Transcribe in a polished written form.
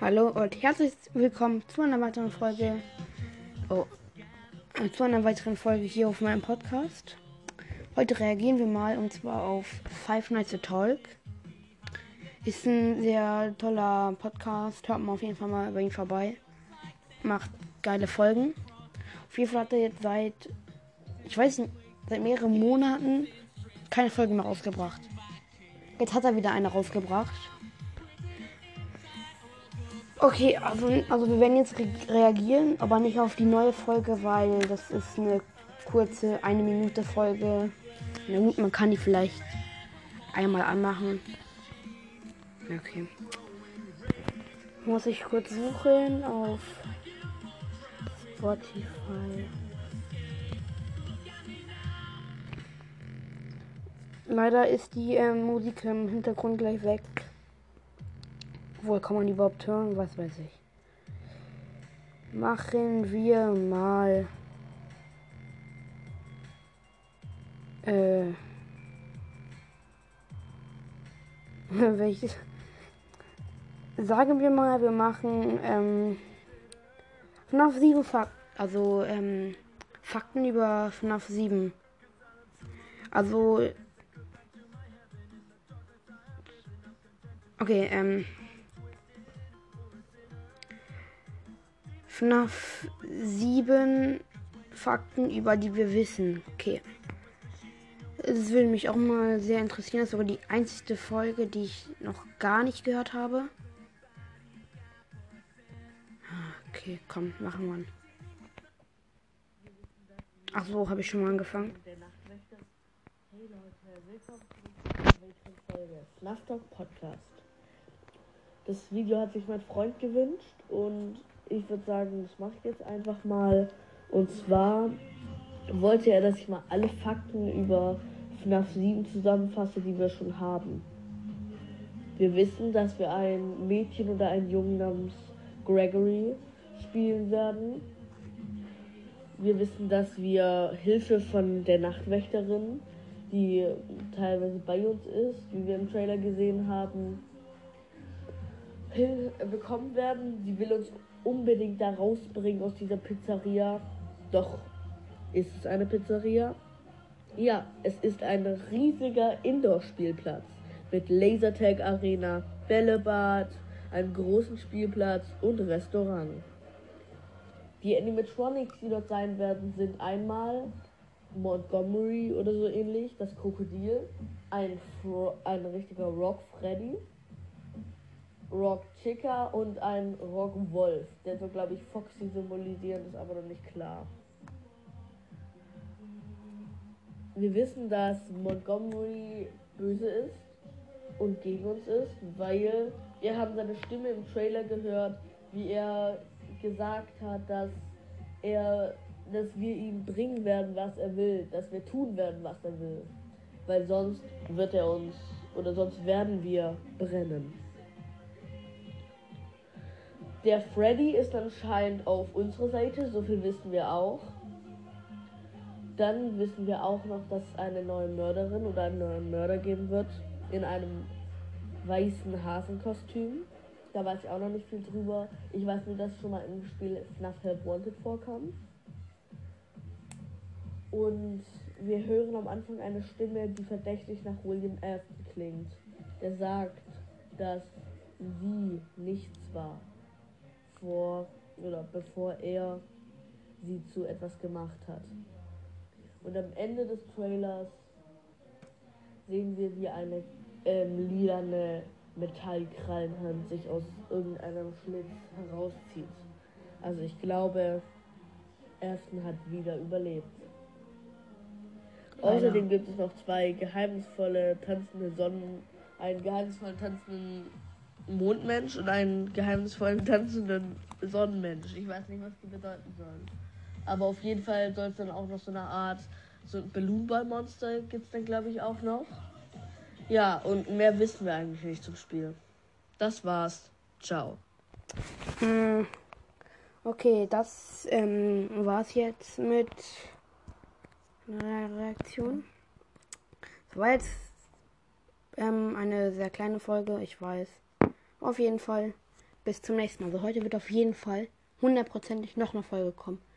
Hallo und herzlich willkommen zu einer weiteren Folge. Zu einer weiteren Folge hier auf meinem Podcast. Heute reagieren wir mal und zwar auf Five Nights at Talk. Ist ein sehr toller Podcast. Hört mal auf jeden Fall mal bei ihm vorbei. Macht geile Folgen. Auf jeden Fall hat er jetzt seit mehreren Monaten keine Folge mehr rausgebracht. Jetzt hat er wieder eine rausgebracht. Okay, also wir werden jetzt reagieren, aber nicht auf die neue Folge, weil das ist eine kurze 1 Minute Folge. Na gut, man kann die vielleicht einmal anmachen. Okay. Muss ich kurz suchen auf Spotify. Leider ist die Musik im Hintergrund gleich weg. Wohl kann man die überhaupt hören? Was weiß ich. Machen wir mal. Welches? Sagen wir mal, wir machen FNAF 7 Fakten. Also Fakten über FNAF 7. Also. Okay, FNAF 7 Fakten, über die wir wissen. Okay. Es würde mich auch mal sehr interessieren. Das ist sogar die einzige Folge, die ich noch gar nicht gehört habe. Okay, komm, machen wir. Ach so, habe ich schon mal angefangen. Hey Leute, willkommen zu einer weiteren Folge FNAF Talk Podcast. Das Video hat sich mein Freund gewünscht und ich würde sagen, das mache ich jetzt einfach mal. Und zwar wollte er, dass ich mal alle Fakten über FNAF 7 zusammenfasse, die wir schon haben. Wir wissen, dass wir ein Mädchen oder einen Jungen namens Gregory spielen werden. Wir wissen, dass wir Hilfe von der Nachtwächterin, die teilweise bei uns ist, wie wir im Trailer gesehen haben, bekommen werden. Sie will uns unbedingt da rausbringen aus dieser Pizzeria. Doch ist es eine Pizzeria? Ja, es ist ein riesiger Indoor-Spielplatz mit Lasertag-Arena, Bällebad, einem großen Spielplatz und Restaurant. Die Animatronics, die dort sein werden, sind einmal Montgomery oder so ähnlich, das Krokodil, ein richtiger Rock Freddy, Rock Chica und ein Rock Wolf, der so, glaube ich, Foxy symbolisieren, ist aber noch nicht klar. Wir wissen, dass Montgomery böse ist und gegen uns ist, weil wir haben seine Stimme im Trailer gehört, wie er gesagt hat, dass wir ihm bringen werden, was er will, dass wir tun werden, was er will, weil sonst sonst werden wir brennen. Der Freddy ist anscheinend auf unserer Seite, so viel wissen wir auch. Dann wissen wir auch noch, dass es eine neue Mörderin oder einen neuen Mörder geben wird in einem weißen Hasenkostüm. Da weiß ich auch noch nicht viel drüber. Ich weiß nur, dass schon mal im Spiel FNAF Help Wanted vorkam. Und wir hören am Anfang eine Stimme, die verdächtig nach William Afton klingt. Der sagt, dass sie nichts war, bevor er sie zu etwas gemacht hat. Und am Ende des Trailers sehen wir, wie eine lilane Metallkrallenhand sich aus irgendeinem Schlitz herauszieht. Also ich glaube, Afton hat wieder überlebt. Leider. Außerdem gibt es noch einen geheimnisvollen tanzenden Mondmensch und einen geheimnisvollen tanzenden Sonnenmensch. Ich weiß nicht, was die bedeuten sollen. Aber auf jeden Fall soll es dann auch noch so eine Art, so ein Balloonball-Monster gibt es dann, glaube ich, auch noch. Ja, und mehr wissen wir eigentlich nicht zum Spiel. Das war's. Ciao. Okay, das war's jetzt mit einer Reaktion. Das war jetzt eine sehr kleine Folge, ich weiß. Auf jeden Fall bis zum nächsten Mal. Also heute wird auf jeden Fall hundertprozentig noch eine Folge kommen.